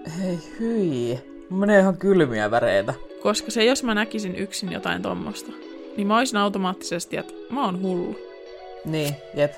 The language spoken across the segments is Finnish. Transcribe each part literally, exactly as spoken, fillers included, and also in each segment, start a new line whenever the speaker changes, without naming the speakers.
Hei hyi, mun menee ihan kylmiä väreitä.
Koska se, jos mä näkisin yksin jotain tommosta, niin mä olisin automaattisesti, että mä oon hullu.
Niin, jep.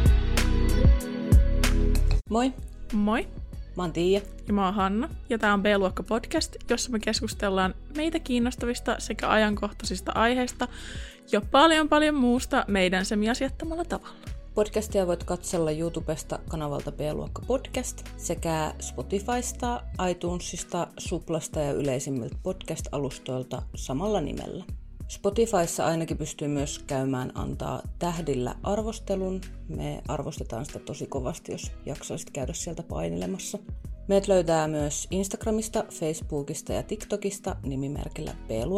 Moi,
Moi,
mä oon Tiia.
ja mä oon Hanna, ja tää on B-luokka podcast, jossa me keskustellaan meitä kiinnostavista sekä ajankohtaisista aiheista ja paljon paljon muusta meidän semiasiattomalla tavalla.
Podcastia voit katsella YouTubesta kanavalta B-luokka podcast sekä Spotifysta, iTunesista, Suplasta ja yleisimmiltä podcast-alustoilta samalla nimellä. Spotifyssa ainakin pystyy myös käymään antaa tähdillä arvostelun. Me arvostetaan sitä tosi kovasti, jos jaksaisit käydä sieltä painelemassa. Meidät löytää myös Instagramista, Facebookista ja TikTokista nimimerkillä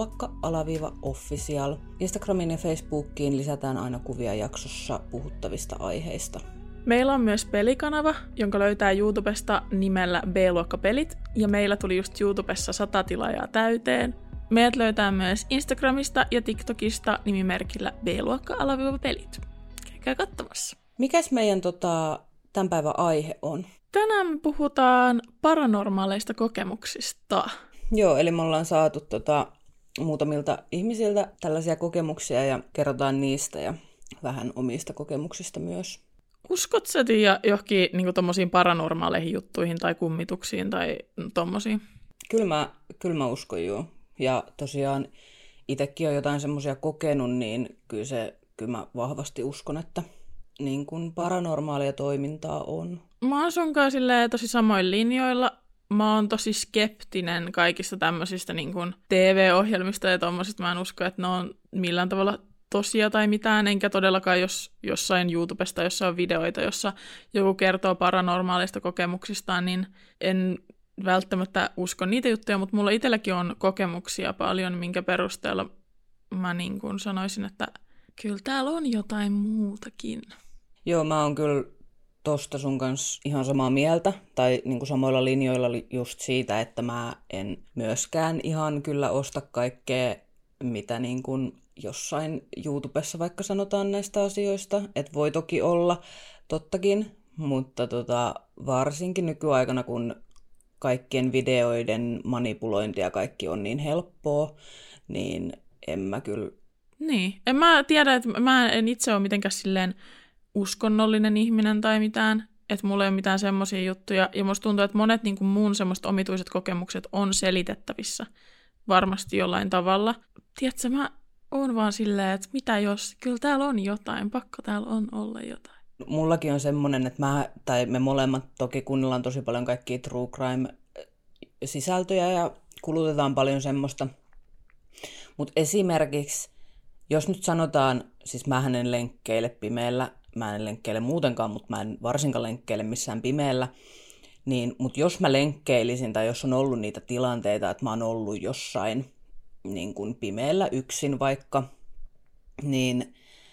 B-luokka-official. Instagramiin ja Facebookiin lisätään aina kuvia jaksossa puhuttavista aiheista.
Meillä on myös pelikanava, jonka löytää YouTubesta nimellä B-luokka-pelit, ja meillä tuli just YouTubessa sata tilaajaa täyteen. Meidät löytää myös Instagramista ja TikTokista nimimerkillä B-luokka-pelit. Käykää katsomassa.
Mikäs meidän tota, tämän päivän aihe on?
Tänään me puhutaan paranormaaleista kokemuksista.
Joo, eli me ollaan saatu tota, muutamilta ihmisiltä tällaisia kokemuksia ja kerrotaan niistä ja vähän omista kokemuksista myös.
Uskot sä, Tiia, johonkin niin tommosiin paranormaaleihin juttuihin tai kummituksiin tai tommosiin?
Kyllä mä, kyllä mä uskon joo. Ja tosiaan itsekin on jotain semmoisia kokenut, niin kyllä, se, kyllä mä vahvasti uskon, että niin kuin paranormaalia toimintaa on.
Mä oon sunkaan silleen tosi samoin linjoilla. Mä oon tosi skeptinen kaikista tämmöisistä niin kuin T V-ohjelmista ja tommosista. Mä en usko, että ne on millään tavalla tosia tai mitään, enkä todellakaan jos jossain YouTubesta, jossa on videoita, jossa joku kertoo paranormaalista kokemuksistaan, niin en välttämättä usko niitä juttuja, mutta mulla itselläkin on kokemuksia paljon, minkä perusteella mä niin kuin sanoisin, että kyllä täällä on jotain muutakin.
Joo, mä oon kyllä tosta sun kanssa ihan samaa mieltä, tai niin kuin samoilla linjoilla just siitä, että mä en myöskään ihan kyllä osta kaikkea, mitä niin kuin jossain YouTubessa vaikka sanotaan näistä asioista, että voi toki olla tottakin, mutta tota, varsinkin nykyaikana, kun kaikkien videoiden manipulointi ja kaikki on niin helppoa, niin en mä kyllä...
Niin, en mä tiedä, että mä en itse ole mitenkään silleen uskonnollinen ihminen tai mitään, että mulla ei ole mitään semmoisia juttuja, ja musta tuntuu, että monet niin kuin mun semmoiset omituiset kokemukset on selitettävissä varmasti jollain tavalla. Tiedätkö, mä oon vaan silleen, että mitä jos, kyllä täällä on jotain, pakko täällä on olla jotain.
Mullakin on semmoinen, että mä, tai me molemmat toki kuunnellaan tosi paljon kaikkia true crime-sisältöjä ja kulutetaan paljon semmoista. Mutta esimerkiksi, jos nyt sanotaan, siis mähän en lenkkeile pimeällä, mä en lenkkeile muutenkaan, mutta mä en varsinkaan lenkkeile missään pimeällä, niin, mutta jos mä lenkkeilisin tai jos on ollut niitä tilanteita, että mä oon ollut jossain niin kuin pimeällä yksin vaikka, niin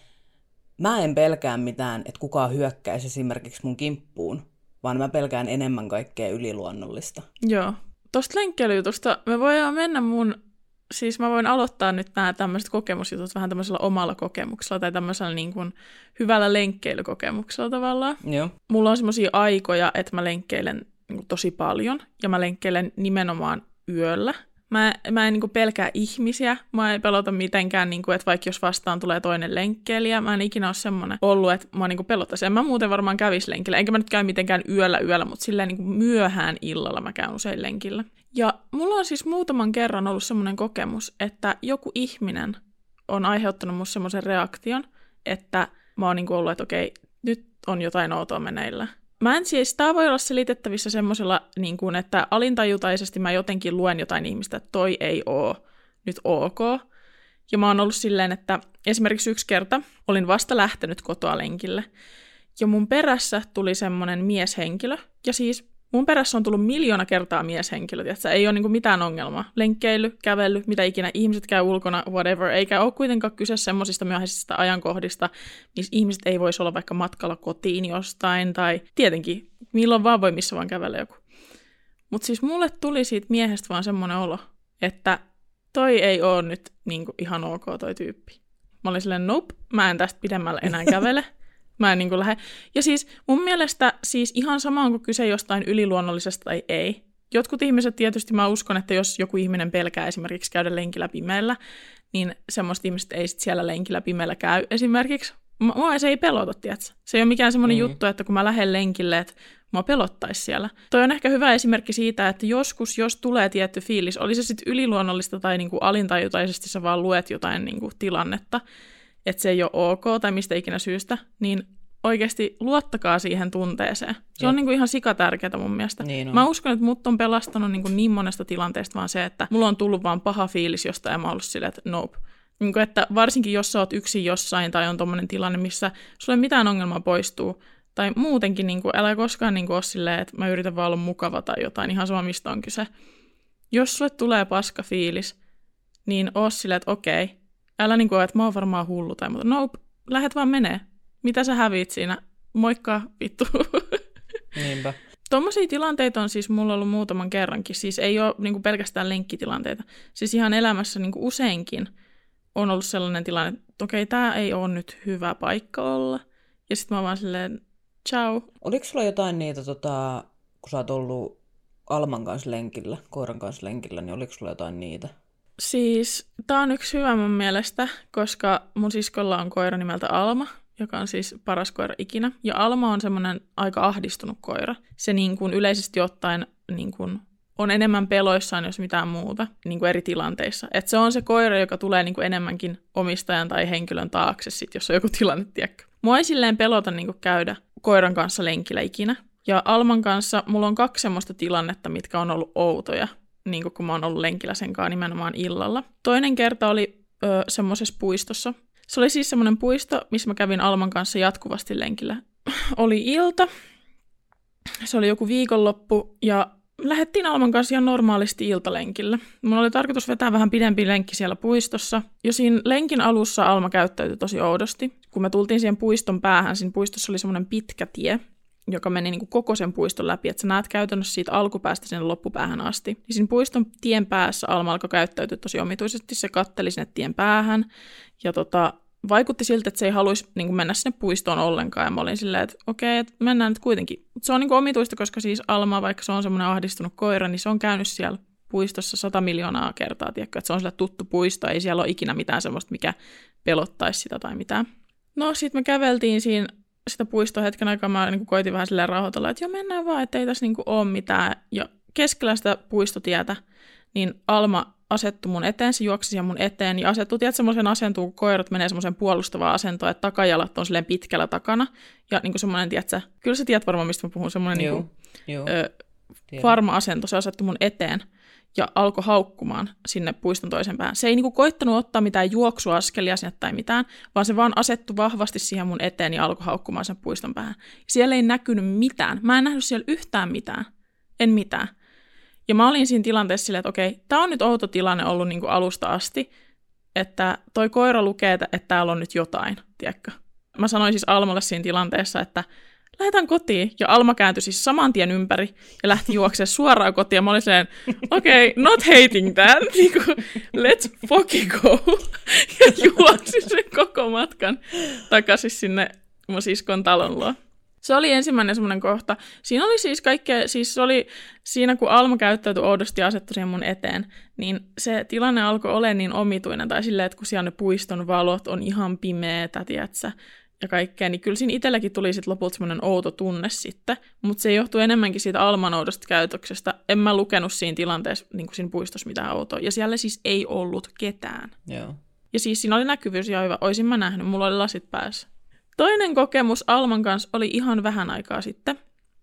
mä en pelkää mitään, että kukaan hyökkäisi esimerkiksi mun kimppuun, vaan mä pelkään enemmän kaikkea yliluonnollista.
Joo. Tuosta lenkkeilyjutusta me voidaan mennä mun, siis mä voin aloittaa nyt nämä tämmöiset kokemusjutut vähän tämmöisellä omalla kokemuksella tai tämmöisellä niin kuin hyvällä lenkkeilykokemuksella tavallaan.
Joo.
Mulla on semmoisia aikoja, että mä lenkkeilen niin kuin tosi paljon ja mä lenkkeilen nimenomaan yöllä. Mä, mä en niin kuin pelkää ihmisiä, mä en pelota mitenkään, niin kuin, että vaikka jos vastaan tulee toinen lenkkeilijä, mä en ikinä ole semmoinen ollut, että mä niin pelottaisin. En mä muuten varmaan kävisi lenkillä, enkä mä nyt käy mitenkään yöllä yöllä, mutta silleen niin kuin myöhään illalla mä käyn usein lenkillä. Ja mulla on siis muutaman kerran ollut semmoinen kokemus, että joku ihminen on aiheuttanut musta semmoisen reaktion, että mä oon niin kuin ollut, että okei, nyt on jotain outoa meneillä. Mä en siis, tää voi olla selitettävissä semmoisella, niin kuin, että alintajutaisesti mä jotenkin luen jotain ihmistä, että toi ei oo nyt ok. Ja mä oon ollut silleen, että esimerkiksi yksi kerta olin vasta lähtenyt kotoa lenkille. Ja mun perässä tuli semmoinen mieshenkilö. Ja siis mun perässä on tullut miljoona kertaa mieshenkilö, että ei ole niin kuin mitään ongelmaa. Lenkkeily, kävely, mitä ikinä, ihmiset käy ulkona, whatever. Eikä ole kuitenkaan kyse semmoisista myöhäisistä ajankohdista, missä ihmiset ei voisi olla vaikka matkalla kotiin jostain, tai tietenkin, milloin vaan voi missä vaan kävellä joku. Mutta siis mulle tuli siitä miehestä vaan semmoinen olo, että toi ei ole nyt niin kuin ihan ok toi tyyppi. Mä olin silleen, nope, mä en tästä pidemmälle enää kävele. Mä en niin kuin lähde. Ja siis mun mielestä siis ihan sama onko kyse jostain yliluonnollisesta tai ei. Jotkut ihmiset tietysti, mä uskon, että jos joku ihminen pelkää esimerkiksi käydä lenkillä pimeällä, niin semmoista ihmiset ei sit siellä lenkillä pimeällä käy esimerkiksi. Mua se ei pelota, tiedätkö? Se ei ole mikään semmoinen mm. juttu, että kun mä lähden lenkille, että mua pelottaisi siellä. Toi on ehkä hyvä esimerkki siitä, että joskus, jos tulee tietty fiilis, oli se sitten yliluonnollista tai niinku alintajutaisesti sä vaan luet jotain niinku tilannetta, että se ei ole ok tai mistä ikinä syystä, niin oikeasti luottakaa siihen tunteeseen. Se Jep. on niinku ihan sikatärkeää mun mielestä. Niin mä uskon, että mut on pelastanut niinku niin monesta tilanteesta vaan se, että mulla on tullut vaan paha fiilis jostain ja mä oon ollut silleen, että nope. Niin kuin, että varsinkin jos sä oot yksin jossain tai on tommonen tilanne, missä sulla ei mitään ongelmaa poistuu, tai muutenkin niin kuin, älä koskaan niin kuin, ole silleen, että mä yritän vaan olla mukava tai jotain, ihan sama mistä on kyse. Jos sulle tulee paska fiilis, niin oo silleen, että okei, älä niin kuin, että mä oon varmaan hullu tai muuta. Nope, lähet vaan menee. Mitä sä häviit siinä? Moikka, vittu.
Niinpä.
Tuommoisia tilanteita on siis mulla ollut muutaman kerrankin. Siis ei ole niin kuin pelkästään lenkkitilanteita. Siis ihan elämässä niin kuin useinkin on ollut sellainen tilanne, että okei, tää ei ole nyt hyvä paikka olla. Ja sit mä oon vaan silleen, ciao.
Oliko sulla jotain niitä, tota, kun sä oot ollut Alman kanssa lenkillä, koiran kanssa lenkillä, niin oliko sulla jotain niitä?
Siis tää on yksi hyvä mun mielestä, koska mun siskolla on koira nimeltä Alma, joka on siis paras koira ikinä. Ja Alma on semmoinen aika ahdistunut koira. Se niin kuin yleisesti ottaen niin kuin on enemmän peloissaan, jos mitään muuta, niin kuin eri tilanteissa. Et se on se koira, joka tulee niin kuin enemmänkin omistajan tai henkilön taakse, sit, jos on joku tilanne, tiedäkö. Mua ei silleen pelota niin kuin käydä koiran kanssa lenkillä ikinä. Ja Alman kanssa mulla on kaksi semmoista tilannetta, mitkä on ollut outoja, niin kuin kun mä oon ollut lenkillä sen kanssa nimenomaan illalla. Toinen kerta oli ö, semmoisessa puistossa. Se oli siis semmoinen puisto, missä mä kävin Alman kanssa jatkuvasti lenkillä. Oli ilta, se oli joku viikonloppu ja lähdettiin Alman kanssa ihan normaalisti iltalenkillä. Mulla oli tarkoitus vetää vähän pidempi lenkki siellä puistossa. Jo siinä lenkin alussa Alma käyttäytyi tosi oudosti. Kun me tultiin siihen puiston päähän, siinä puistossa oli semmoinen pitkä tie, joka meni niin kuin koko sen puiston läpi, että sä näet käytännössä siitä alkupäästä sinne loppupäähän asti. Ja siinä puiston tien päässä Alma alkoi käyttäytyä tosi omituisesti, se katteli sinne tien päähän, ja tota, vaikutti siltä, että se ei haluaisi niin kuin mennä sinne puistoon ollenkaan, ja mä olin silleen, että okei, että mennään nyt kuitenkin. Se on niin kuin omituista, koska siis Alma, vaikka se on semmoinen ahdistunut koira, niin se on käynyt siellä puistossa sata miljoonaa kertaa, tiedätkö, että se on sille tuttu puisto, ei siellä ole ikinä mitään semmoista, mikä pelottaisi sitä tai mitään. No, sitten me käveltiin siinä sitä puistoa hetken aikaa, mä niin kuin koitin vähän silleen rauhoitella, että joo, mennään vaan, ettei tässä niin kuin ole mitään. Ja keskellä sitä puistotietä, niin Alma asettui mun eteen, se juoksi siihen mun eteen ja asettui, tiedät, semmoisen asentoon, kun koirat menee semmoisen puolustavaan asentoon, että takajalat on silleen pitkällä takana. Ja niin kuin semmoinen, tiedätkö, kyllä sä tiedät varmaan, mistä mä puhun, semmoinen niin kuin, ö, farma-asento, se asettui mun eteen ja alkoi haukkumaan sinne puiston toisen päähän. Se ei niinku koittanut ottaa mitään juoksuaskelia sinne tai mitään, vaan se vaan asettui vahvasti siihen mun eteen ja alkoi haukkumaan sen puiston päähän. Siellä ei näkynyt mitään. Mä en nähnyt siellä yhtään mitään. En mitään. Ja mä olin siinä tilanteessa silleen, että okei, tää on nyt outo tilanne ollut niinku alusta asti, että toi koira lukee, että täällä on nyt jotain, tiedätkö? Mä sanoin siis Almalle siinä tilanteessa, että lähdetään kotiin. Ja Alma kääntyi siis saman tien ympäri ja lähti juoksemaan suoraan kotiin. Ja mä olin silleen, okei, okay, not hating that. Let's fucking go. Ja juoksin sen koko matkan takaisin sinne mun siskon talon luo. Se oli ensimmäinen semmoinen kohta. Siinä oli siis kaikkea, siis se oli siinä kun Alma käyttäytyi oudosti ja asettui siihen mun eteen, niin se tilanne alkoi olemaan niin omituinen. Tai silleen, että kun siellä ne puiston valot on ihan pimeetä, tiedätkö, ja kaikkea, niin kyllä siinä itselläkin tuli sitten lopulta semmoinen outo tunne sitten, mutta se johtuu enemmänkin siitä Alman oudosta käytöksestä. En mä lukenut siinä tilanteessa, niin kuin siinä puistossa mitään outoa, ja siellä siis ei ollut ketään.
Joo. Ja
siis siinä oli näkyvyys ja hyvä, oisin mä nähnyt, mulla oli lasit päässä. Toinen kokemus Alman kanssa oli ihan vähän aikaa sitten.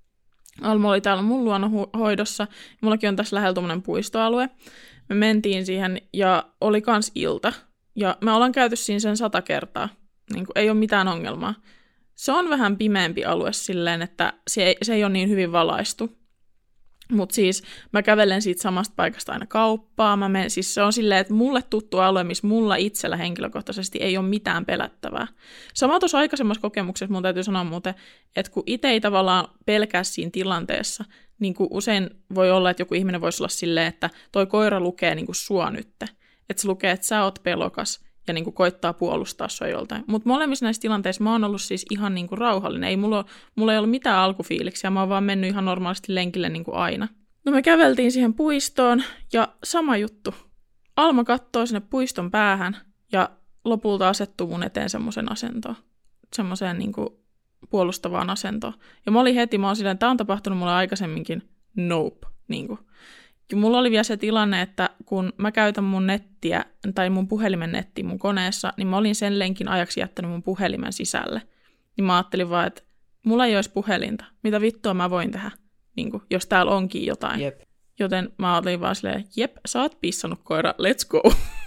Alma oli täällä mun luona hoidossa, mullakin on tässä lähellä tommonen puistoalue. Me mentiin siihen ja oli kans ilta, ja me ollaan käyty siinä sen sata kertaa. Niin kuin, ei ole mitään ongelmaa. Se on vähän pimeämpi alue silleen, että se ei, se ei ole niin hyvin valaistu. Mutta siis mä kävelen siitä samasta paikasta aina kauppaan. Mä menen, siis se on silleen, että mulle tuttu alue, missä mulla itsellä henkilökohtaisesti ei ole mitään pelättävää. Sama tuossa aikaisemmassa kokemuksessa mun täytyy sanoa muuten, että kun itse ei tavallaan pelkää siinä tilanteessa, niin kuin usein voi olla, että joku ihminen voisi olla silleen, että toi koira lukee niin kuin sua nytte. Että se lukee, että sä oot pelokas. Ja niin kuin koittaa puolustaa sua joltain. Mutta molemmissa näissä tilanteissa mä oon ollut siis ihan niin kuin rauhallinen. Ei mulla, mulla ei ollut mitään alkufiiliksiä, mä oon vaan mennyt ihan normaalisti lenkille niin kuin aina. No me käveltiin siihen puistoon ja sama juttu. Alma kattoo sinne puiston päähän ja lopulta asettuu mun eteen semmoisen asentoon. Semmoiseen niinku puolustavaan asentoon. Ja mä olin heti, mä oon silleen, tää on tapahtunut mulle aikaisemminkin. Nope. Niinku. Ja mulla oli vielä se tilanne, että kun mä käytän mun nettiä, tai mun puhelimen nettiä mun koneessa, niin mä olin sen lenkin ajaksi jättänyt mun puhelimen sisälle. Niin mä ajattelin vaan, että mulla ei olisi puhelinta. Mitä vittua mä voin tehdä, niin kuin, jos täällä onkin jotain.
Jep.
Joten mä olin vaan silleen, jep, sä oot pissannut koira, let's go.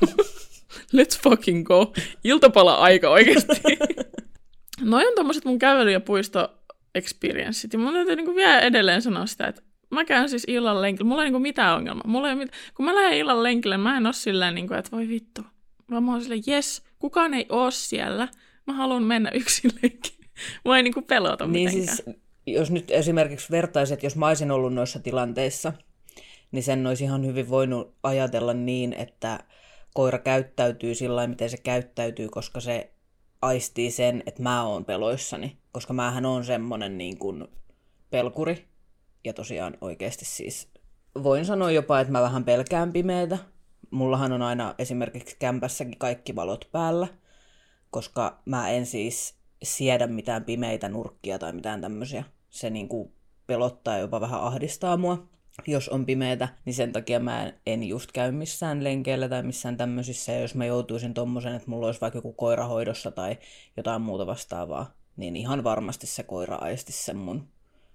Let's fucking go. Iltapala-aika oikeasti. Noi on tommoset mun kävely- ja puisto-experienceit. Ja mun täytyy niin kuin vielä edelleen sanoa sitä, että mä käyn siis illan lenkillä. Mulla ei niinku mitään ongelmaa. Mulla ei mit... Kun mä lähden illan lenkille, mä en oo silleen, niinku, että voi vittu. Vaan mä oon silleen, jes, kukaan ei oo siellä. Mä haluan mennä yksin lenkille. Mua ei niinku pelota
niin
mitenkään.
Siis, jos nyt esimerkiksi vertaisit, että jos mä olisin ollut noissa tilanteissa, niin sen olisi ihan hyvin voinut ajatella niin, että koira käyttäytyy sillä lailla, miten se käyttäytyy, koska se aistii sen, että mä oon peloissani. Koska mähän on semmonen niin kuin pelkuri. Ja tosiaan oikeasti siis voin sanoa jopa, että mä vähän pelkään pimeätä. Mullahan on aina esimerkiksi kämpässäkin kaikki valot päällä, koska mä en siis siedä mitään pimeitä nurkkia tai mitään tämmöisiä. Se niinku pelottaa ja jopa vähän ahdistaa mua, jos on pimeätä. Niin sen takia mä en just käy missään lenkeillä tai missään tämmöisissä. Ja jos mä joutuisin tommosen, että mulla olisi vaikka joku koira hoidossa tai jotain muuta vastaavaa, niin ihan varmasti se koira aistisi sen mun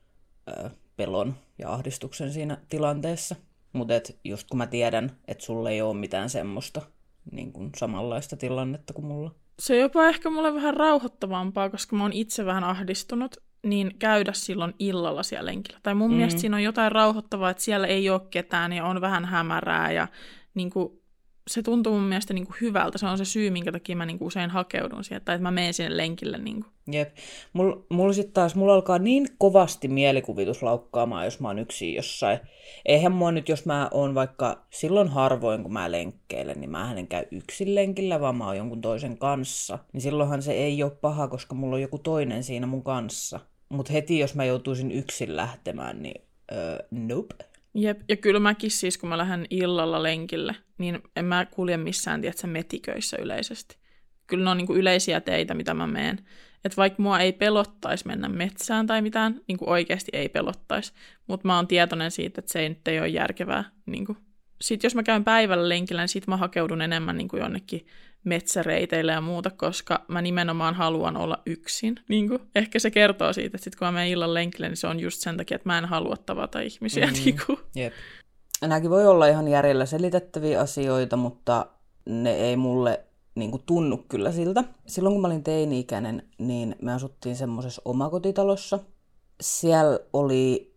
Öö, pelon ja ahdistuksen siinä tilanteessa. Mutta just kun mä tiedän, että sulla ei ole mitään semmoista niin kun samanlaista tilannetta kuin mulla.
Se on jopa ehkä mulle vähän rauhoittavampaa, koska mä oon itse vähän ahdistunut, niin käydä silloin illalla siellä lenkillä. Tai mun mm. mielestä siinä on jotain rauhoittavaa, että siellä ei ole ketään ja on vähän hämärää ja niin kuin, se tuntuu mun mielestä niin kuin hyvältä. Se on se syy, minkä takia mä niin kuin usein hakeudun siihen, tai että mä menen sinne lenkille. Niin kuin.
Jep. Mulla mul sitten taas, mulla alkaa niin kovasti mielikuvitus laukkaamaan, jos mä oon yksin jossain. Eihän mua nyt, jos mä oon vaikka silloin harvoin, kun mä lenkkeilen, niin mä en käy yksin lenkillä, vaan mä oon jonkun toisen kanssa. Niin silloinhan se ei ole paha, koska mulla on joku toinen siinä mun kanssa. Mut heti, jos mä joutuisin yksin lähtemään, niin öö, nope.
Jep, ja kyllä mäkin siis, kun mä lähden illalla lenkille, niin en mä kulje missään, tiedätkö, metiköissä yleisesti. Kyllä ne on niin kuin yleisiä teitä, mitä mä meen. Että vaikka mua ei pelottaisi mennä metsään tai mitään, niin kuin oikeasti ei pelottaisi, mutta mä oon tietoinen siitä, että se ei nyt ei ole järkevää. Niin kuin. Sitten jos mä käyn päivällä lenkillä, niin sit mä hakeudun enemmän niin kuin jonnekin metsäreiteille ja muuta, koska mä nimenomaan haluan olla yksin. Niin kuin. Ehkä se kertoo siitä, että sit kun mä menen illan lenkille, niin se on just sen takia, että mä en halua tavata ihmisiä. Mm, niin kuin.
Jep. Nämäkin voi olla ihan järjellä selitettäviä asioita, mutta ne ei mulle niin kuin tunnu kyllä siltä. Silloin kun mä olin teini-ikäinen, niin me asuttiin semmoisessa omakotitalossa. Siellä oli,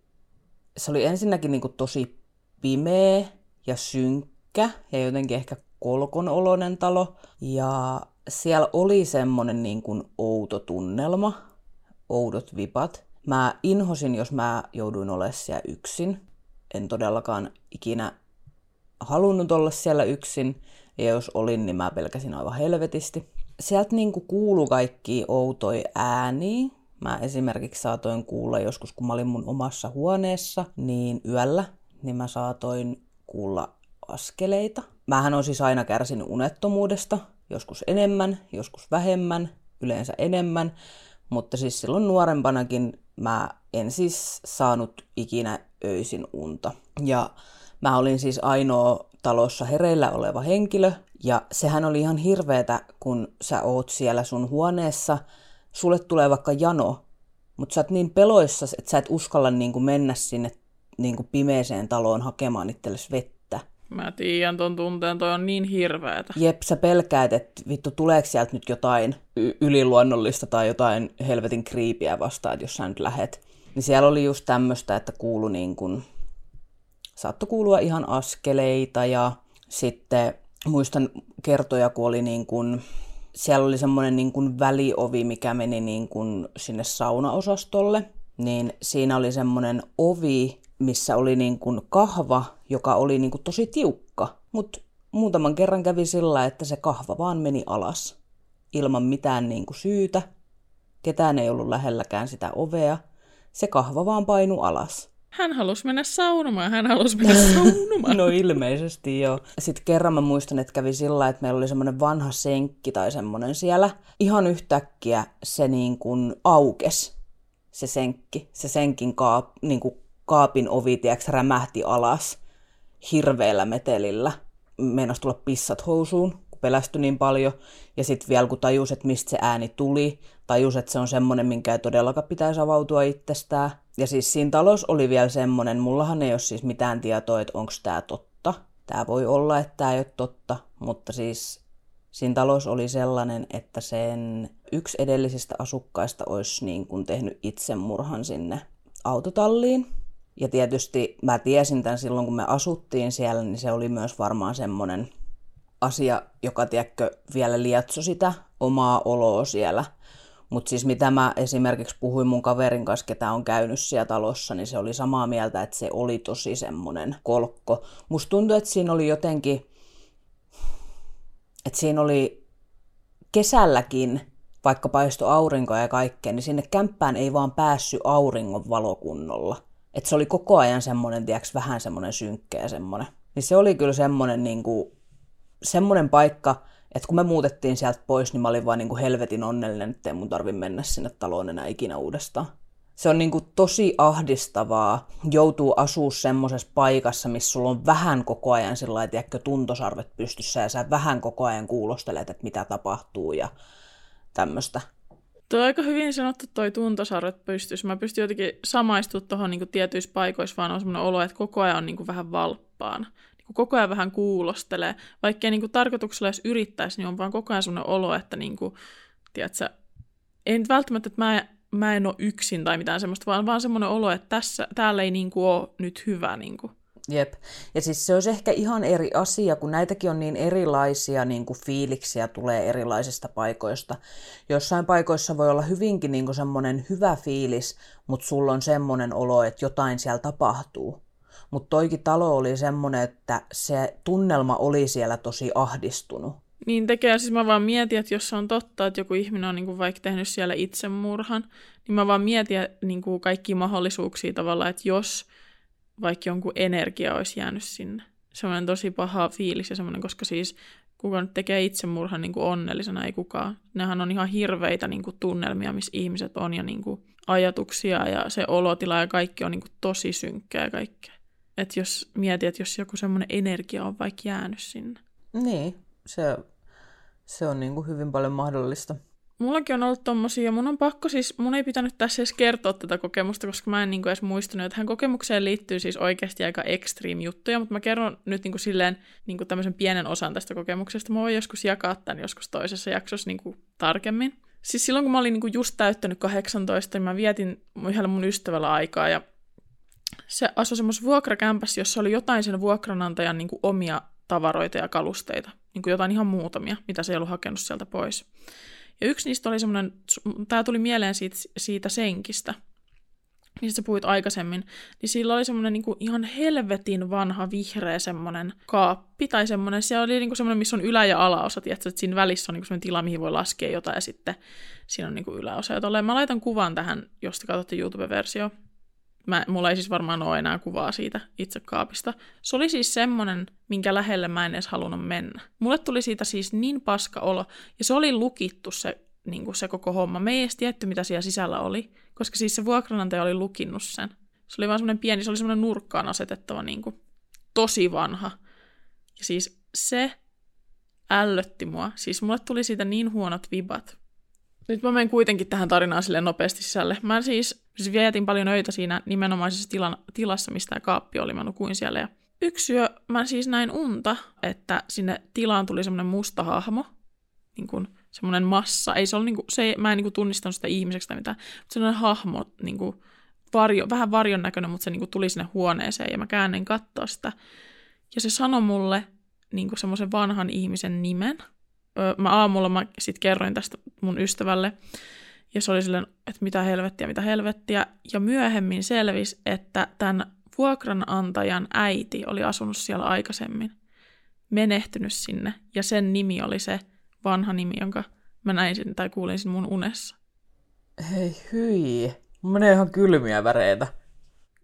se oli ensinnäkin niin kuin tosi pimeä ja synkkä ja jotenkin ehkä kolkonoloinen talo. Ja siellä oli semmoinen niin kuin outo tunnelma, oudot vipat. Mä inhosin, jos mä jouduin olemaan siellä yksin. En todellakaan ikinä halunnut olla siellä yksin. Ja jos olin, niin mä pelkäsin aivan helvetisti. Sieltä niinku kuului kaikkia outoja ääniä. Mä esimerkiksi saatoin kuulla joskus, kun mä olin mun omassa huoneessa, niin yöllä, niin mä saatoin kuulla askeleita. Mähän on siis aina kärsinyt unettomuudesta, joskus enemmän, joskus vähemmän, yleensä enemmän. Mutta siis silloin nuorempanakin mä en siis saanut ikinä öisin unta. Ja mä olin siis ainoa talossa hereillä oleva henkilö, ja sehän oli ihan hirveetä, kun sä oot siellä sun huoneessa, sulle tulee vaikka jano, mutta sä oot niin peloissas, että sä et uskalla niinku mennä sinne niinku pimeeseen taloon hakemaan itsellesi vettä.
Mä tiedän ton tunteen, toi on niin hirveetä.
Jep, sä pelkäät, että vittu tuleeko sieltä nyt jotain y- yliluonnollista tai jotain helvetin kriipiä vastaan, jos sä nyt lähet. Niin siellä oli just tämmöistä, että kuulu niin kuin saattoi kuulua ihan askeleita ja sitten muistan kertoja, kun oli niin kuin, siellä oli semmoinen niin kuin väliovi, mikä meni niin kuin sinne saunaosastolle, niin siinä oli semmoinen ovi, missä oli niin kuin kahva, joka oli niin kuin tosi tiukka, mutta muutaman kerran kävi sillä, että se kahva vaan meni alas ilman mitään niin kuin syytä. Ketään ei ollut lähelläkään sitä ovea. Se kahva vaan painui alas.
Hän halusi mennä saunomaan, hän halusi mennä saunomaan.
No ilmeisesti joo. Sitten kerran mä muistan, että kävi sillä lailla, että meillä oli semmoinen vanha senkki tai semmoinen siellä. Ihan yhtäkkiä se niin kuin aukes, se senkki. Se senkin kaap, niin kuin kaapin ovi, tiiäks, rämähti alas hirveällä metelillä. Meinasi tulla pissat housuun, kun pelästyi niin paljon. Ja sitten vielä kun tajus, että mistä se ääni tuli, tajus, että se on semmoinen, minkä ei todellakaan pitäisi avautua itsestään. Ja siis siinä talossa oli vielä semmoinen, mullahan ei ole siis mitään tietoa, että onko tämä totta. Tämä voi olla, että tämä ei ole totta, mutta siis siinä talossa oli sellainen, että sen yksi edellisistä asukkaista olisi niin kuin tehnyt itsemurhan sinne autotalliin. Ja tietysti mä tiesin tämän silloin, kun me asuttiin siellä, niin se oli myös varmaan semmoinen asia, joka tiedätkö, vielä lietsoi sitä omaa oloa siellä. Mutta siis mitä mä esimerkiksi puhuin mun kaverin kanssa, ketä on käynyt siellä talossa, niin se oli samaa mieltä, että se oli tosi semmoinen kolkko. Musta tuntui, että siinä oli jotenkin, että siinä oli kesälläkin, vaikka paistoi aurinkoa ja kaikkea, niin sinne kämppään ei vaan päässyt auringon valokunnolla. Että se oli koko ajan semmoinen, tiiäks, vähän semmoinen synkkä ja semmoinen. Niin se oli kyllä semmoinen, niin kuin, semmoinen paikka, että kun me muutettiin sieltä pois, niin mä olin vaan niin kuin helvetin onnellinen, ettei mun tarvi mennä sinne taloon enää ikinä uudestaan. Se on niin kuin tosi ahdistavaa joutuu asua semmoisessa paikassa, missä sulla on vähän koko ajan sillä tiedätkö, tuntosarvet pystyssä ja sä vähän koko ajan kuulostelet, että mitä tapahtuu ja tämmöistä.
Tuo on aika hyvin sanottu toi tuntosarvet pystyssä. Mä pystyn jotenkin samaistumaan tuohon niin tietyissä paikoissa, vaan on semmoinen olo, että koko ajan on niin kuin vähän valppaana. Niin koko ajan vähän kuulostelee. Vaikkei niin kuin tarkoituksella edes yrittäisi, niin on vaan koko ajan semmoinen olo, että niin kuin, tiedätkö, ei nyt välttämättä, että mä, mä en ole yksin tai mitään semmoista, vaan vaan semmoinen olo, että tässä, täällä ei niin kuin ole nyt hyvä. Niin kuin.
Jep. Ja siis se olisi ehkä ihan eri asia, kun näitäkin on niin erilaisia niin kuin fiiliksiä tulee erilaisista paikoista. Jossain paikoissa voi olla hyvinkin niin kuin semmoinen hyvä fiilis, mutta sulla on semmoinen olo, että jotain siellä tapahtuu. Mutta toikin talo oli semmoinen, että se tunnelma oli siellä tosi ahdistunut.
Niin tekee, siis mä vaan mietin, että jos se on totta, että joku ihminen on niinku vaikka tehnyt siellä itsemurhan, niin mä vaan mietin niinku kaikkia mahdollisuuksia tavallaan, että jos vaikka jonkun energia olisi jäänyt sinne. Semmoinen tosi paha fiilis ja semmoinen, koska siis kuka nyt tekee itsemurhan niin kuin onnellisena, ei kukaan. Nehän on ihan hirveitä niin kuin tunnelmia, missä ihmiset on ja niin kuin ajatuksia ja se olotila ja kaikki on niin kuin tosi synkkää ja kaikkea. Että jos mietit, että jos joku semmoinen energia on vaikka jäänyt sinne.
Niin, se, se on niin kuin hyvin paljon mahdollista.
Mullakin on ollut tommosia, ja mun on pakko siis, mun ei pitänyt tässä edes kertoa tätä kokemusta, koska mä en niin kuin edes muistunut, että tähän kokemukseen liittyy siis oikeasti aika extreme juttuja, mutta mä kerron nyt niin kuin silleen niin kuin tämmöisen pienen osan tästä kokemuksesta. Mä voin joskus jakaa tämän joskus toisessa jaksossa niin kuin tarkemmin. Siis silloin, kun mä olin niin kuin just täyttänyt kahdeksantoista, niin mä vietin yhdellä mun ystävällä aikaa, ja se asui semmoisessa vuokrakämpässä, jossa oli jotain sen vuokranantajan niin kuin omia tavaroita ja kalusteita, niin kuin jotain ihan muutamia, mitä se ei ollut hakenut sieltä pois. Ja yksi niistä oli semmoinen, tämä tuli mieleen siitä, siitä senkistä, mistä sä puhuit aikaisemmin, niin sillä oli semmoinen niin kuin ihan helvetin vanha vihreä semmoinen kaappi, tai semmoinen, se oli niin kuin semmoinen, missä on ylä- ja alaosa, tiedätkö, että siinä välissä on niin kuin semmoinen tila, mihin voi laskea jotain, ja sitten siinä on niin kuin yläosa. Ja tolleen, mä laitan kuvan tähän, jos te katsotte YouTube-versio. Mä, mulla ei siis varmaan ole enää kuvaa siitä itse kaapista. Se oli siis semmoinen, minkä lähelle mä en edes halunnut mennä. Mulle tuli siitä siis niin paska olo, ja se oli lukittu se, niin kuin se koko homma. Me ei edes tiedetty, mitä siellä sisällä oli, koska siis se vuokranantaja oli lukinnut sen. Se oli vaan semmoinen pieni, se oli semmoinen nurkkaan asetettava, niin kuin, tosi vanha. Ja siis se ällötti mua. Siis mulle tuli siitä niin huonot vibat. Nyt mä menen kuitenkin tähän tarinaan silleen nopeasti sisälle. Mä siis, siis vietin paljon öitä siinä nimenomaisessa tilan, tilassa, mistä tämä kaappi oli. Mä nukuin siellä. Ja yksi yö mä siis näin unta, että sinne tilaan tuli semmoinen musta hahmo. Niin kuin semmoinen massa. Ei se ollut niinku, se ei, mä en niinku tunnistanut sitä ihmiseksi tai mitään. Mutta semmoinen hahmo, niinku, varjo, vähän varjon näköinen, mutta se niinku tuli sinne huoneeseen. Ja mä käännen katsoa sitä. Ja se sanoi mulle niinku semmoisen vanhan ihmisen nimen. Mä aamulla mä sit kerroin tästä mun ystävälle, ja se oli silleen, että mitä helvettiä, mitä helvettiä, ja myöhemmin selvisi, että tämän vuokranantajan äiti oli asunut siellä aikaisemmin, menehtynyt sinne, ja sen nimi oli se vanha nimi, jonka mä näin sen, tai kuulin sen mun unessa.
Hei hyi, mun menee ihan kylmiä väreitä.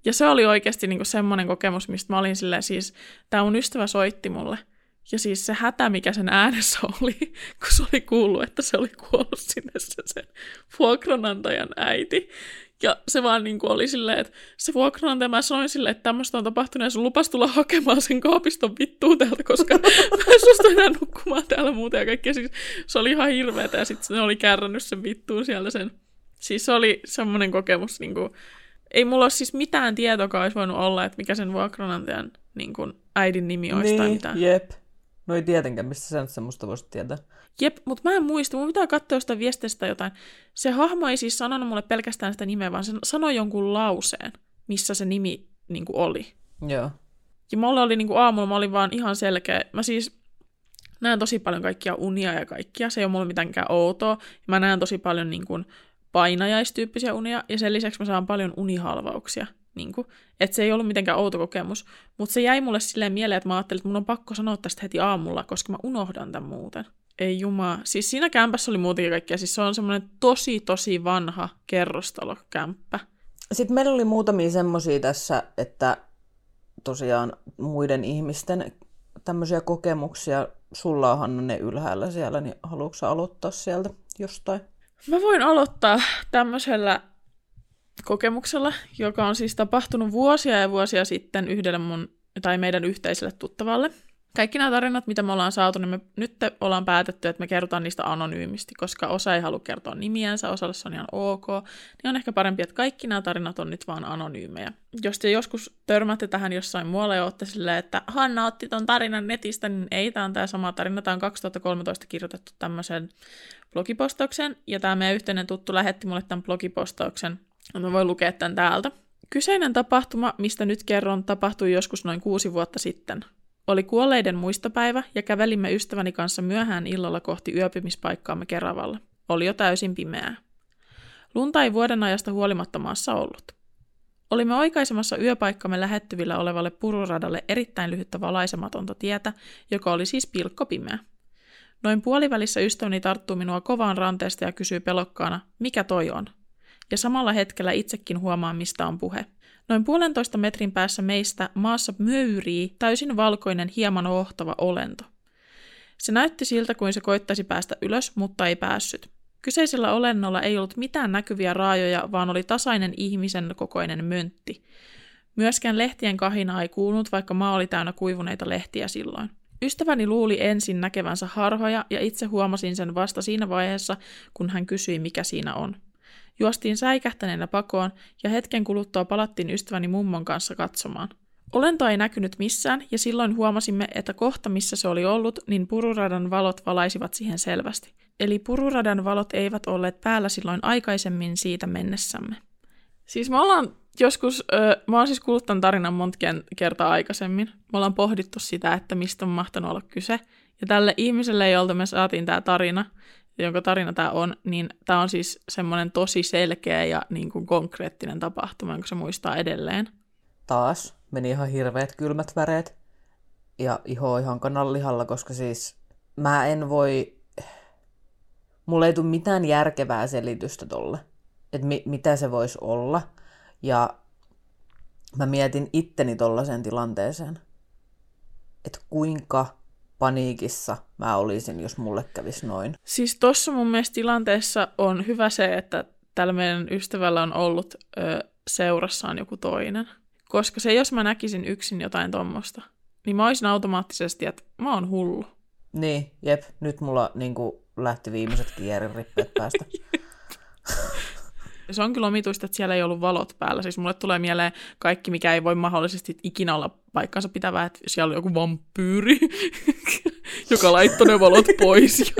Ja se oli oikeasti niinku semmoinen kokemus, mistä mä olin silleen, siis tää mun ystävä soitti mulle. Ja siis se hätä, mikä sen äänessä oli, kun se oli kuullut, että se oli kuollut sinne se sen vuokranantajan äiti. Ja se vaan niin kuin oli silleen, että se vuokranantaja, mä sanoin silleen, että tämmöistä on tapahtunut ja sun lupas tulla hakemaan sen kaapiston vittuun täältä, koska mä en suostu enää nukkumaan täällä muuta ja kaikkea. Siis se oli ihan hirveetä ja sitten ne oli kärrännyt sen vittuun siellä sen. Siis se oli semmoinen kokemus, niin kuin, ei mulla ole siis mitään tietoa olisi voinut olla, että mikä sen vuokranantajan niin kuin, äidin nimi olisi
niin,
tai mitään.
Jep. No ei tietenkään, mistä sä nyt semmoista voisit tietää.
Jep, mutta mä en muista. Mun pitää katsoa sitä viestistä jotain. Se hahmo ei siis sanonut mulle pelkästään sitä nimeä, vaan se sanoi jonkun lauseen, missä se nimi niin kuin oli.
Joo.
Ja mulla oli niin kuin aamulla, mä olin vaan ihan selkeä. Mä siis näen tosi paljon kaikkia unia ja kaikkia. Se ei ole mulle mitenkään outoa. Mä näen tosi paljon niin kuin painajaistyyppisiä unia. Ja sen lisäksi mä saan paljon unihalvauksia. Niin kuin, että se ei ollut mitenkään outo kokemus, mutta se jäi mulle silleen mieleen, että mä ajattelin, että mun on pakko sanoa tästä heti aamulla, koska mä unohdan tämän muuten. Ei jumaa. Siis siinä kämpässä oli muutenkin kaikkea. Siis se on semmoinen tosi, tosi vanha kerrostalokämppä.
Sitten meillä oli muutamia semmosia tässä, että tosiaan muiden ihmisten tämmöisiä kokemuksia. Sulla on, Hanna, ne ylhäällä siellä, niin haluatko sä aloittaa sieltä jostain?
Mä voin aloittaa tämmöisellä kokemuksella, joka on siis tapahtunut vuosia ja vuosia sitten yhdelle mun, tai meidän yhteiselle tuttavalle. Kaikki nämä tarinat, mitä me ollaan saatu, niin me nyt ollaan päätetty, että me kerrotaan niistä anonyymisti, koska osa ei halua kertoa nimiänsä, osalle se on ihan ok, niin on ehkä parempi, että kaikki nämä tarinat on nyt vaan anonyymejä. Jos te joskus törmätte tähän jossain muualla ja ootte silleen, että Hanna otti ton tarinan netistä, niin ei, tämä on tämä sama tarina. Tämä on kaksituhattakolmetoista kirjoitettu tämmöisen blogipostauksen, ja tämä meidän yhteinen tuttu lähetti mulle tämän blogipostauksen. Mä voin lukea tämän täältä. Kyseinen tapahtuma, mistä nyt kerron, tapahtui joskus noin kuusi vuotta sitten. Oli kuolleiden muistopäivä ja kävelimme ystäväni kanssa myöhään illalla kohti yöpymispaikkaamme Keravalla. Oli jo täysin pimeää. Lunta ei vuoden ajasta huolimatta maassa ollut. Olimme oikaisemassa yöpaikkamme lähettyvillä olevalle pururadalle erittäin lyhyttä valaisematonta tietä, joka oli siis pilkkopimeä. Noin puolivälissä ystäväni tarttuu minua kovaan ranteesta ja kysyy pelokkaana, mikä toi on? Ja samalla hetkellä itsekin huomaan, mistä on puhe. Noin puolentoista metrin päässä meistä maassa möyrii täysin valkoinen, hieman ohtava olento. Se näytti siltä, kuin se koittaisi päästä ylös, mutta ei päässyt. Kyseisellä olennolla ei ollut mitään näkyviä raajoja, vaan oli tasainen ihmisen kokoinen möntti. Myöskään lehtien kahinaa ei kuulunut, vaikka maa oli täynnä kuivuneita lehtiä silloin. Ystäväni luuli ensin näkevänsä harhoja, ja itse huomasin sen vasta siinä vaiheessa, kun hän kysyi, mikä siinä on. Juostiin säikähtäneenä pakoon, ja hetken kuluttua palattiin ystäväni mummon kanssa katsomaan. Olento ei näkynyt missään, ja silloin huomasimme, että kohta missä se oli ollut, niin pururadan valot valaisivat siihen selvästi. Eli pururadan valot eivät olleet päällä silloin aikaisemmin siitä mennessämme. Siis me ollaan joskus, ö, mä oon siis kuullut tämän tarinan monta kertaa aikaisemmin. Me ollaan pohdittu sitä, että mistä on mahtanut olla kyse. Ja tälle ihmiselle, jolta me saatiin tämä tarina, jonka tarina tämä on, niin tämä on siis semmoinen tosi selkeä ja niin kuin konkreettinen tapahtuma, jonka se muistaa edelleen.
Taas meni ihan hirveät kylmät väreet ja iho ihan kananlihalla, koska siis mä en voi, mulla ei tule mitään järkevää selitystä tolle, että mi- mitä se voisi olla. Ja mä mietin itteni tollaiseen tilanteeseen, että kuinka paniikissa mä olisin, jos mulle kävisi noin.
Siis tossa mun mielestä tilanteessa on hyvä se, että tällä meidän ystävällä on ollut ö, seurassaan joku toinen. Koska se, jos mä näkisin yksin jotain tommosta, niin mä olisin automaattisesti, että mä oon hullu.
Niin, jep. Nyt mulla niin kuin lähti viimeiset kieririppeet päästä.
Se on kyllä omituista, että siellä ei ollut valot päällä. Siis mulle tulee mieleen kaikki, mikä ei voi mahdollisesti ikinä olla paikkansa pitävää, että siellä on joku vampyyri, joka laittoi ne valot pois. Ja...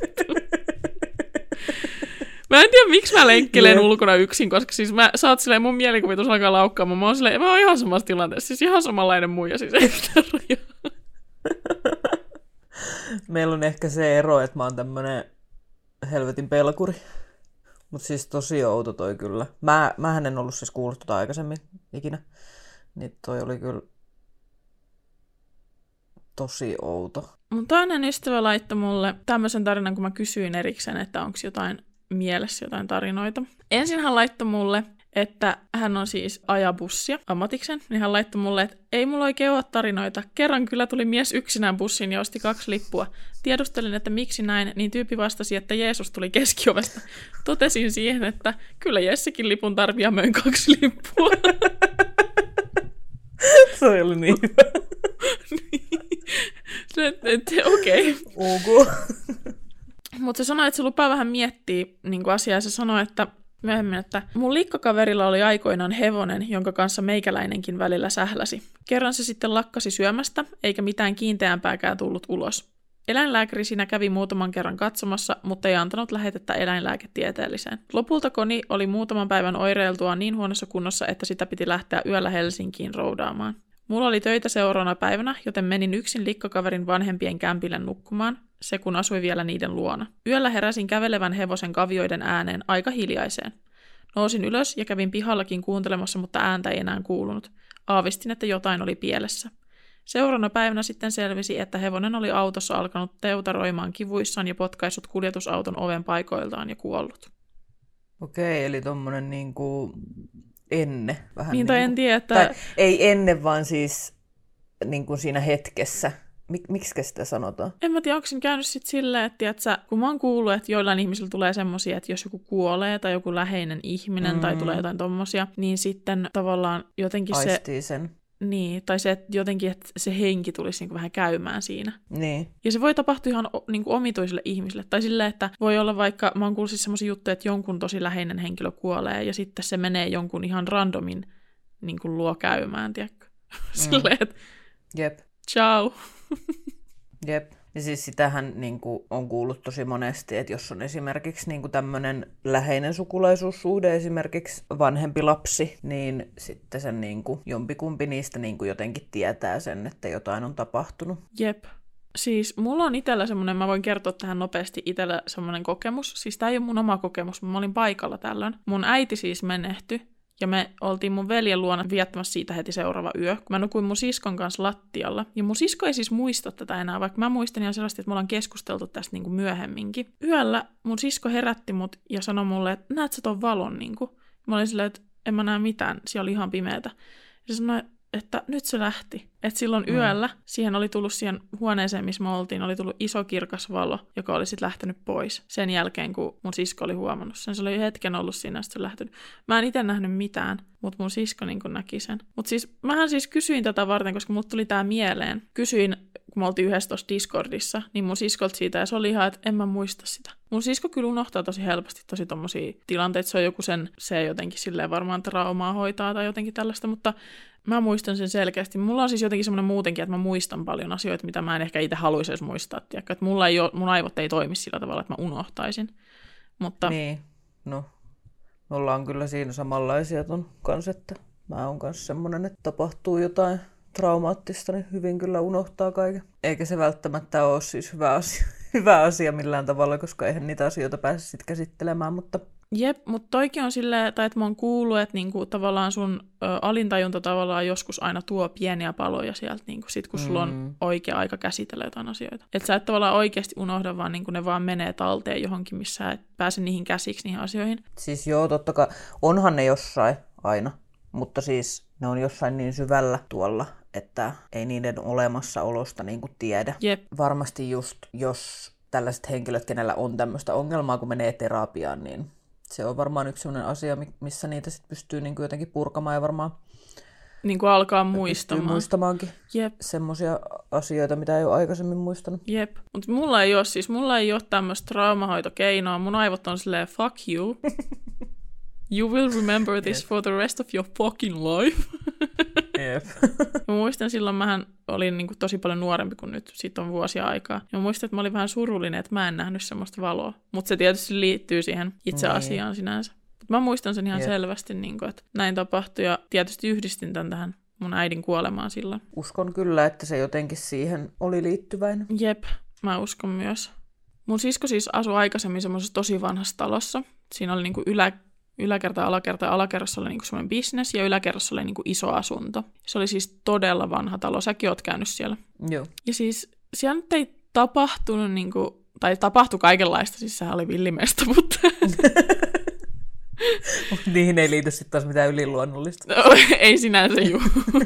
Mä en tiedä, miksi mä lenkkelen yeah. ulkona yksin, koska siis mä, sä oot silleen, mun mielikuvitus alkaa laukkaamaan. Mä oon silleen, mä oon ihan samassa tilanteessa, siis ihan samanlainen muija, siis ei mitään rajaa.
Meillä on ehkä se ero, että mä oon tämmönen helvetin pelkuri. Mutta siis tosi outo toi kyllä. Mä, mähän en ollut siis kuullut tota aikaisemmin ikinä. Niin toi oli kyllä tosi outo.
Mun toinen ystävä laittoi mulle tämmöisen tarinan, kun mä kysyin erikseen, että onko jotain mielessä jotain tarinoita. Ensin hän laittoi mulle, että hän on siis ajabussia ammatiksen, niin hän laittoi mulle, että ei mulla oikein ole tarinoita. Kerran kyllä tuli mies yksinään bussiin ja osti kaksi lippua. Tiedustelin, että miksi näin, niin tyyppi vastasi, että Jeesus tuli keskiovesta. Totesin siihen, että kyllä Jessekin lipun tarvii ja möin kaksi lippua.
Se oli niin hyvä.
Okei.
Okay.
Mutta se sanoi, että se lupaa vähän miettiä niin asiaa. Se sanoi, että myöhemmin, että mun likkakaverilla oli aikoinaan hevonen, jonka kanssa meikäläinenkin välillä sähläsi. Kerran se sitten lakkasi syömästä, eikä mitään kiinteämpääkään tullut ulos. Eläinlääkäri siinä kävi muutaman kerran katsomassa, mutta ei antanut lähetettä eläinlääketieteelliseen. Lopulta koni oli muutaman päivän oireiltua niin huonossa kunnossa, että sitä piti lähteä yöllä Helsinkiin roudaamaan. Mulla oli töitä seuraavana päivänä, joten menin yksin likkakaverin vanhempien kämpille nukkumaan, se kun asui vielä niiden luona. Yöllä heräsin kävelevän hevosen kavioiden ääneen aika hiljaiseen. Nousin ylös ja kävin pihallakin kuuntelemassa, mutta ääntä ei enää kuulunut. Aavistin, että jotain oli pielessä. Seuraavana päivänä sitten selvisi, että hevonen oli autossa alkanut teutaroimaan kivuissaan ja potkaissut kuljetusauton oven paikoiltaan ja kuollut.
Okei, eli tommonen niinku enne. Vähän
niin, tai
niinku,
en tiedä, että...
Tai ei ennen, vaan siis niinku siinä hetkessä. Mik, miksikä sitä sanotaan?
En mä tiedä, onko siinä käynyt sitten silleen, että tiiätkö, kun mä oon kuullut, että joillain ihmisillä tulee semmosia, että jos joku kuolee tai joku läheinen ihminen mm. tai tulee jotain tommosia, niin sitten tavallaan jotenkin
Aistii
se...
sen.
Niin, tai se, että jotenkin, että se henki tulisi niinku vähän käymään siinä.
Niin.
Ja se voi tapahtua ihan niinku omituisille ihmisille. Tai silleen, että voi olla vaikka, mä oon kuullut siis semmosia juttuja, että jonkun tosi läheinen henkilö kuolee, ja sitten se menee jonkun ihan randomin niinku luo käymään, tiedätkö? Mm. Silleen, että
Jep.
ciao.
Jep. Ja siis sitähän niin kuin, on kuullut tosi monesti, että jos on esimerkiksi niin kuin tämmöinen läheinen sukulaisuussuhde, esimerkiksi vanhempi lapsi, niin sitten sen niin kuin, jompikumpi niistä niin kuin jotenkin tietää sen, että jotain on tapahtunut.
Jep. Siis mulla on itsellä semmoinen, mä voin kertoa tähän nopeasti itsellä semmoinen kokemus. Siis tää ei ole mun oma kokemus, mä olin paikalla tällöin. Mun äiti siis menehtyi. Ja me oltiin mun veljen luona viettämässä siitä heti seuraava yö, kun mä nukuin mun siskon kanssa lattialla. Ja mun sisko ei siis muista tätä enää, vaikka mä muistan ihan sellaisesti, että me ollaan keskusteltu tästä niinku myöhemminkin. Yöllä mun sisko herätti mut ja sanoi mulle, että näet sä ton valon? Niinku. Mä olin silleen, että en mä näe mitään, siellä oli ihan pimeätä. Ja se sanoi, että nyt se lähti. Että silloin mm. yöllä siihen oli tullut siihen huoneeseen, missä me oltiin, oli tullut iso kirkas valo, joka oli sitten lähtenyt pois sen jälkeen, kun mun sisko oli huomannut sen. Se oli hetken ollut siinä, sitten se lähtenyt. Mä en itse nähnyt mitään, mutta mun sisko niin näki sen. Mutta siis mähän siis kysyin tätä varten, koska mulle tuli tää mieleen. Kysyin, kun me oltiin yhdessä tuossa Discordissa, niin mun siskolta siitä, ja se oli ihan, että en mä muista sitä. Mun sisko kyllä unohtaa tosi helposti tosi tommosia tilanteita. Se on joku sen, se jotenkin silleen varmaan traumaa hoitaa tai jotenkin tällaista, mutta mä muistan sen selkeästi. Mulla on siis jotenkin semmoinen muutenkin, että mä muistan paljon asioita, mitä mä en ehkä itse haluaisi edes muistaa. Tiedätkö? Että mulla ei ole, mun aivot ei toimi sillä tavalla, että mä unohtaisin. Mutta...
Niin, no. Me ollaan kyllä siinä samanlaisia ton kanssa, että mä oon kanssa semmoinen, että tapahtuu jotain traumaattista, niin hyvin kyllä unohtaa kaiken. Eikä se välttämättä ole siis hyvä asia, hyvä asia millään tavalla, koska eihän niitä asioita pääse sitten käsittelemään, mutta...
Jep, mutta toikin on silleen, tai että mä oon kuullut, että niinku tavallaan sun ö, alintajunta tavallaan joskus aina tuo pieniä paloja sieltä, niinku sit kun sulla on mm. oikea aika käsitellä jotain asioita. Että sä et tavallaan oikeasti unohda, vaan niinku ne vaan menee talteen johonkin, missä sä et pääse niihin käsiksi niihin asioihin.
Siis joo, totta kai. Onhan ne jossain aina, mutta siis ne on jossain niin syvällä tuolla, että ei niiden olemassaolosta niinku tiedä.
Jep.
Varmasti just, jos tällaiset henkilöt, kenellä on tämmöistä ongelmaa, kun menee terapiaan, niin se on varmaan yksi sellainen asia, missä niitä sit pystyy niinku jotenkin purkamaan ja varmaan
niin kuin alkaa muistamaan.
muistamaankin
Jep.
semmoisia asioita, mitä ei ole aikaisemmin muistanut.
Jep, mutta mulla ei ole siis, mulla ei ole tämmöistä traumahoitokeinoa. Mun aivot on silleen, fuck you. You will remember this yep. for the rest of your fucking life.
Jep.
Mä muistan silloin, mähän olin niin kuin tosi paljon nuorempi kuin nyt, siitä on vuosia aikaa. Ja mä muistan, että mä olin vähän surullinen, että mä en nähnyt semmoista valoa. Mutta se tietysti liittyy siihen itse niin. asiaan sinänsä. Mut mä muistan sen ihan Jep. selvästi, niin kuin, että näin tapahtui. Ja tietysti yhdistin tämän tähän mun äidin kuolemaan silloin.
Uskon kyllä, että se jotenkin siihen oli liittyväinen.
Jep, mä uskon myös. Mun sisko siis asui aikaisemmin semmoisessa tosi vanhassa talossa. Siinä oli niin kuin ylä... Yläkerta ja alakerta. Alakerrassa oli niinku semmoinen bisnes ja yläkerrassa oli niinku iso asunto. Se oli siis todella vanha talo. Säkin oot käynyt siellä.
Joo.
Ja siis siellä nyt ei tapahtunut, niinku, tai tapahtui kaikenlaista. Siis sehän oli villimesta, mutta...
Niihin ei liity sitten taas mitään yliluonnollista.
No, ei sinänsä juu.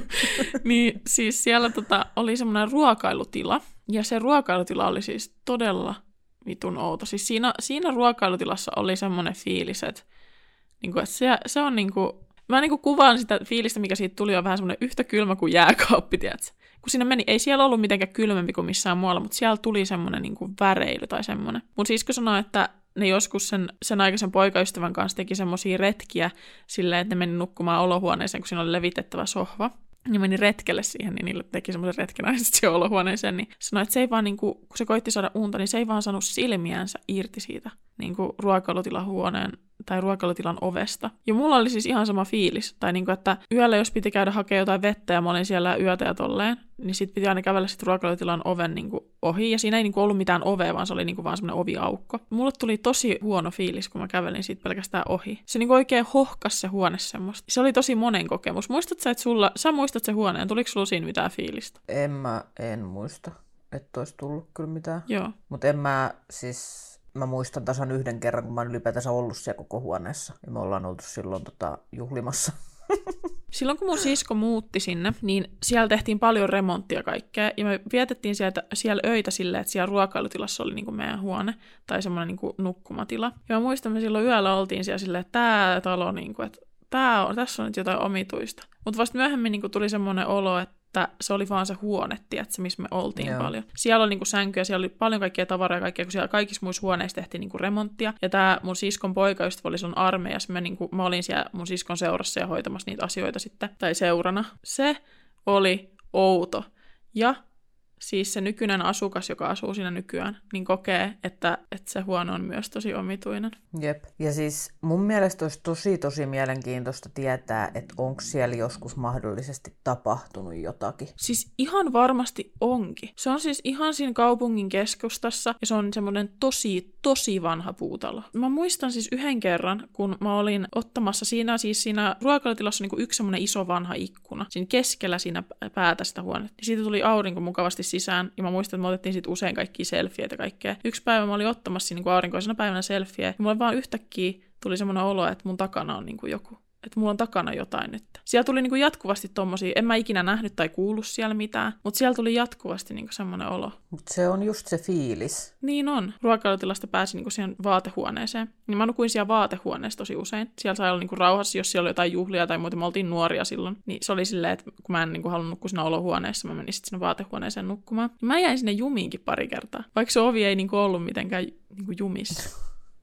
Niin siis siellä tota, oli semmoinen ruokailutila, ja se ruokailutila oli siis todella vitun outo. Siis siinä, siinä ruokailutilassa oli semmoinen fiilis, että, niin kuin, että se, se on niin kuin, mä niin kuin kuvaan sitä fiilistä, mikä siitä tuli, on vähän semmoinen yhtä kylmä kuin jääkaappi, tiedätkö? Kun siinä meni, ei siellä ollut mitenkään kylmempi kuin missään muualla, mutta siellä tuli semmoinen niin kuin väreily tai semmoinen. Mun sisko sanoi, että ne joskus sen, sen aikaisen poikaystävän kanssa teki semmoisia retkiä silleen, että ne meni nukkumaan olohuoneeseen, kun siinä oli levitettävä sohva. Ja meni retkelle siihen, niin niille teki semmoisen retken aina siihen olohuoneeseen, niin sanoi, että se ei vaan, niin kuin, kun se koitti saada unta, niin se ei vaan saanut silmiänsä irti siitä niin kuin ruokailutilan huoneen tai ruokailutilan ovesta. Ja mulla oli siis ihan sama fiilis, tai niin kuin, että yöllä jos piti käydä hakemaan jotain vettä ja mä olin siellä yötä ja tolleen, niin sit piti aina kävellä sit ruokailutilan oven niin kuin ohi, ja siinä ei niin kuin ollut mitään ovea, vaan se oli niin kuin vaan semmoinen oviaukko. Mulle tuli tosi huono fiilis, kun mä kävelin siitä pelkästään ohi. Se niin kuin oikein hohkas se huone semmoista. Se oli tosi monen kokemus. Muistatko sä, että sulla, sä muistat se huoneen, tuliko sulla siinä mitään fiilistä?
En mä, en muista, että olisi tullut kyllä mitään.
Joo.
Mutta en mä siis... Mä muistan tasan yhden kerran, kun mä oon ylipäätänsä ollut siellä koko huoneessa. Ja me ollaan oltu silloin tota, juhlimassa.
Silloin kun mun sisko muutti sinne, niin siellä tehtiin paljon remonttia kaikkea. Ja me vietettiin sieltä, siellä öitä silleen, että siellä ruokailutilassa oli niinku meidän huone. Tai semmoinen niinku nukkumatila. Ja mä muistan, me silloin yöllä oltiin siellä silleen, että tää talo, niinku, että tää on, tässä on nyt jotain omituista. Mutta vasta myöhemmin niinku tuli semmoinen olo, että että se oli vaan se huone, tiedätkö, missä me oltiin Joo. paljon. Siellä oli niinku sänkyjä, siellä oli paljon kaikkea tavaraa ja kaikkea, kun siellä kaikissa muissa huoneissa tehtiin niinku remonttia. Ja tämä mun siskon poikaystävä oli silloin armeijassa. Mä, niinku, mä olin siellä mun siskon seurassa ja hoitamassa niitä asioita sitten, tai seurana. Se oli outo. Ja siis se nykyinen asukas, joka asuu siinä nykyään, niin kokee, että, että se huone on myös tosi omituinen.
Jep. Ja siis mun mielestä olisi tosi tosi mielenkiintoista tietää, että onko siellä joskus mahdollisesti tapahtunut jotakin.
Siis ihan varmasti onkin. Se on siis ihan siinä kaupungin keskustassa ja se on semmoinen tosi, tosi vanha puutalo. Mä muistan siis yhden kerran, kun mä olin ottamassa siinä, siis siinä ruokailutilassa niin kuin yksi semmoinen iso vanha ikkuna. Siinä keskellä siinä päätä sitä huonetta. Ja siitä tuli aurinko mukavasti sisään, ja mä muistan, että me otettiin siitä usein kaikkia selfieitä ja kaikkea. Yksi päivä mä olin ottamassa siinä niin aurinkoisena päivänä selfieä, ja mulle vaan yhtäkkiä tuli semmoinen olo, että mun takana on niin kuin joku. Että mulla on takana jotain nyt. Siellä tuli niin kuin jatkuvasti tommosia, en mä ikinä nähnyt tai kuullut siellä mitään, mutta siellä tuli jatkuvasti niin kuin semmoinen olo.
Mutta se on just se fiilis.
Niin on. Ruokailutilasta pääsi niin kuin siihen vaatehuoneeseen. Niin mä nukuin siellä vaatehuoneessa tosi usein. Siellä sai olla niin kuin rauhassa, jos siellä oli jotain juhlia tai muuta. Me oltiin nuoria silloin. Niin se oli silleen, että kun mä en niin kuin halunnut nukkua siinä olohuoneessa, mä menin sitten sinne vaatehuoneeseen nukkumaan. Niin mä jäin sinne jumiinkin pari kertaa. Vaikka se ovi ei niin kuin ollut mitenkään niin kuin jumissa.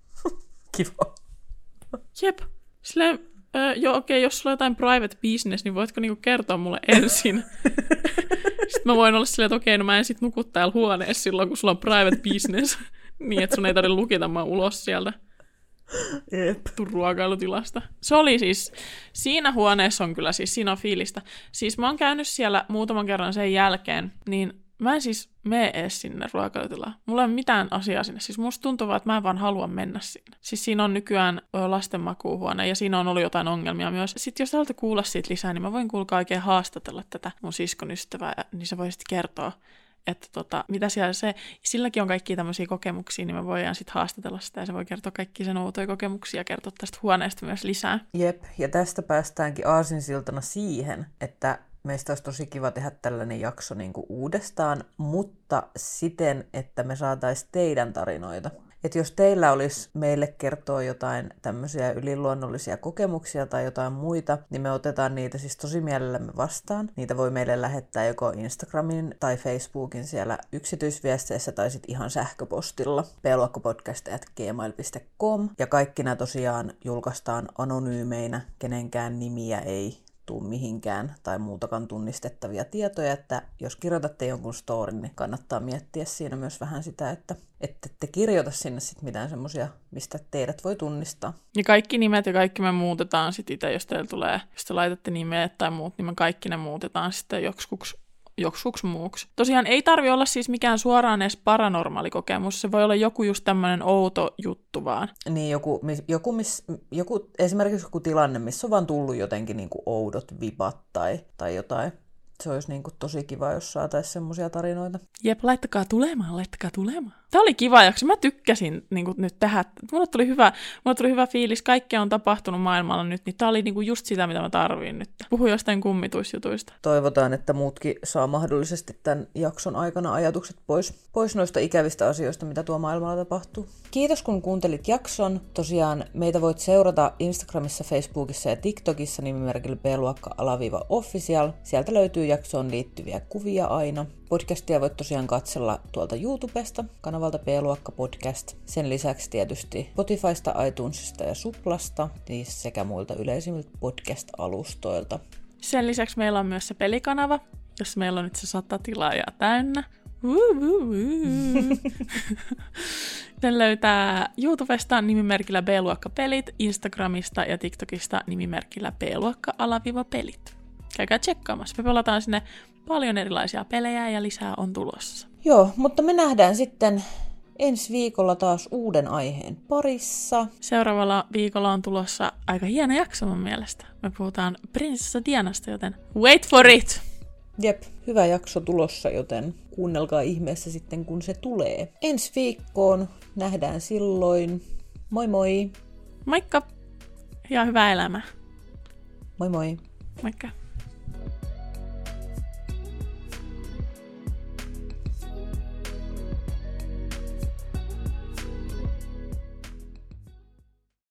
Kiva.
Jep. Silleen... Öö, joo, okei, okay, jos sulla on jotain private business, niin voitko niinku kertoa mulle ensin? Sitten mä voin olla silleen, että okei, okay, no mä en sit nuku täällä huoneessa silloin, kun sulla on private business. Niin, että sun ei tarvitse lukita mä ulos sieltä ruokailutilasta. Se oli siis, siinä huoneessa on kyllä siis, siinä on fiilistä. Siis mä oon käynyt siellä muutaman kerran sen jälkeen, niin mä en siis mene edes sinne ruokailutilaan. Mulla ei ole mitään asiaa sinne. Siis musta tuntuu vaan, että mä en vaan halua mennä sinne. Siis siinä on nykyään lastenmakuuhuone ja siinä on ollut jotain ongelmia myös. Sitten jos haluatte kuulla siitä lisää, niin mä voin kuulkaa oikein haastatella tätä mun siskon ystävää, niin se voi sitten kertoa, että tota, mitä siellä se, silläkin on kaikkia tämmöisiä kokemuksia, niin me voidaan sitten haastatella sitä ja se voi kertoa kaikkia sen outoja kokemuksia ja kertoa tästä huoneesta myös lisää.
Jep, ja tästä päästäänkin aasinsiltana siihen, että meistä olisi tosi kiva tehdä tällainen jakso niin kuin uudestaan, mutta siten, että me saataisiin teidän tarinoita. Että jos teillä olisi meille kertoa jotain tämmöisiä yliluonnollisia kokemuksia tai jotain muita, niin me otetaan niitä siis tosi mielellämme vastaan. Niitä voi meille lähettää joko Instagramin tai Facebookin siellä yksityisviesteissä tai sitten ihan sähköpostilla p luokkapodcast at gmail dot com. Ja kaikki nämä tosiaan julkaistaan anonyymeinä, kenenkään nimiä ei tuu mihinkään tai muutakaan tunnistettavia tietoja, että jos kirjoitatte jonkun storin, niin kannattaa miettiä siinä myös vähän sitä, että ette te kirjoita sinne sit mitään semmoisia, mistä teidät voi tunnistaa.
Ja kaikki nimet ja kaikki me muutetaan sitten itse, jos teillä tulee, jos te laitatte nimeet tai muut, niin me kaikki ne muutetaan sitten joksikuksi joksikuksi muuksi. Tosiaan ei tarvi olla siis mikään suoraan edes paranormaali kokemus, se voi olla joku just tämmöinen outo juttu vaan.
Niin, joku, joku, miss, joku esimerkiksi joku tilanne, missä on vaan tullut jotenkin niinku oudot vibat tai, tai jotain. Se olisi niinku tosi kiva, jos saataisiin semmoisia tarinoita.
Jep, laittakaa tulemaan, laittakaa tulemaan. Tämä oli kiva jakso. Mä tykkäsin niin kuin nyt tehdä. Mulle tuli, hyvä, mulle tuli hyvä fiilis. Kaikkea on tapahtunut maailmalla nyt, niin tämä oli niin kuin just sitä, mitä mä tarviin nyt. Puhuin jostain kummituisjutuista.
Toivotaan, että muutkin saa mahdollisesti tämän jakson aikana ajatukset pois, pois noista ikävistä asioista, mitä tuo maailmalla tapahtuu. Kiitos, kun kuuntelit jakson. Tosiaan meitä voit seurata Instagramissa, Facebookissa ja TikTokissa nimimerkillä b-luokka-official. Sieltä löytyy jaksoon liittyviä kuvia aina. Podcastia voit tosiaan katsella tuolta YouTubesta, kanavalta B-luokka podcast. Sen lisäksi tietysti Spotifysta, iTunesista ja Suplasta, sekä muilta yleisimmiltä podcast-alustoilta.
Sen lisäksi meillä on myös se pelikanava, jos meillä on nyt se sata tilaajaa täynnä. Sen löytää YouTubesta nimimerkillä B-luokka-pelit, Instagramista ja TikTokista nimimerkillä B-luokka-pelit. Käykää tsekkaamassa. Me pelataan sinne paljon erilaisia pelejä ja lisää on tulossa.
Joo, mutta me nähdään sitten ensi viikolla taas uuden aiheen parissa.
Seuraavalla viikolla on tulossa aika hieno jakso mun mielestä. Me puhutaan prinsessa Dianasta, joten wait for it!
Jep, hyvä jakso tulossa, joten kuunnelkaa ihmeessä sitten, kun se tulee. Ensi viikkoon nähdään silloin. Moi moi!
Moikka! Ja hyvää elämää!
Moi moi!
Moikka!